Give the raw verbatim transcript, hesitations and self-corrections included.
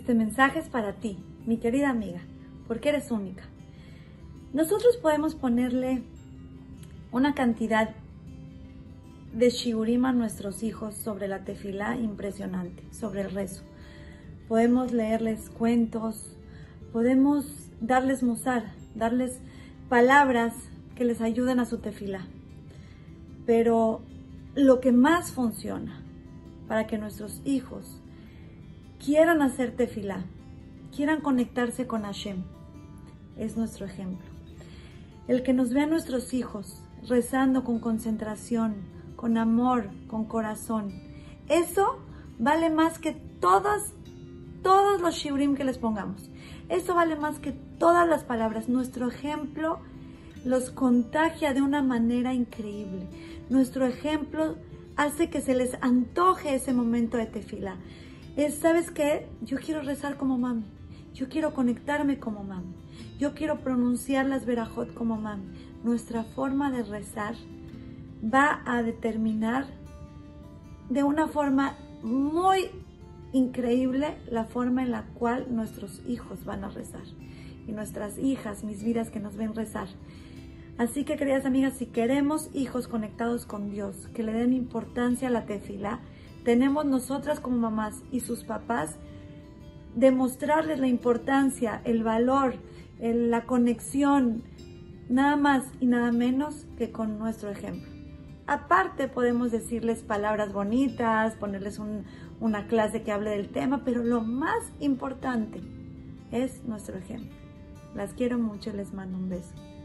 Este mensaje es para ti, mi querida amiga, porque eres única. Nosotros podemos ponerle una cantidad de shiurim a nuestros hijos sobre la tefilá impresionante, sobre el rezo. Podemos leerles cuentos, podemos darles musar, darles palabras que les ayuden a su tefilá. Pero lo que más funciona para que nuestros hijos quieran hacer tefilá, quieran conectarse con Hashem, es nuestro ejemplo. El que nos vean nuestros hijos rezando con concentración, con amor, con corazón, eso vale más que todas, todos los shiurim que les pongamos. Eso vale más que todas las palabras. Nuestro ejemplo los contagia de una manera increíble. Nuestro ejemplo hace que se les antoje ese momento de tefilá. Es, ¿sabes qué? Yo quiero rezar como mami. Yo quiero conectarme como mami. Yo quiero pronunciar las verajot como mami. Nuestra forma de rezar va a determinar de una forma muy increíble la forma en la cual nuestros hijos van a rezar. Y nuestras hijas, mis vidas que nos ven rezar. Así que, queridas amigas, si queremos hijos conectados con Dios, que le den importancia a la tefilá, tenemos nosotras como mamás y sus papás demostrarles la importancia, el valor, el, la conexión, nada más y nada menos que con nuestro ejemplo. Aparte podemos decirles palabras bonitas, ponerles un, una clase que hable del tema, pero lo más importante es nuestro ejemplo. Las quiero mucho y les mando un beso.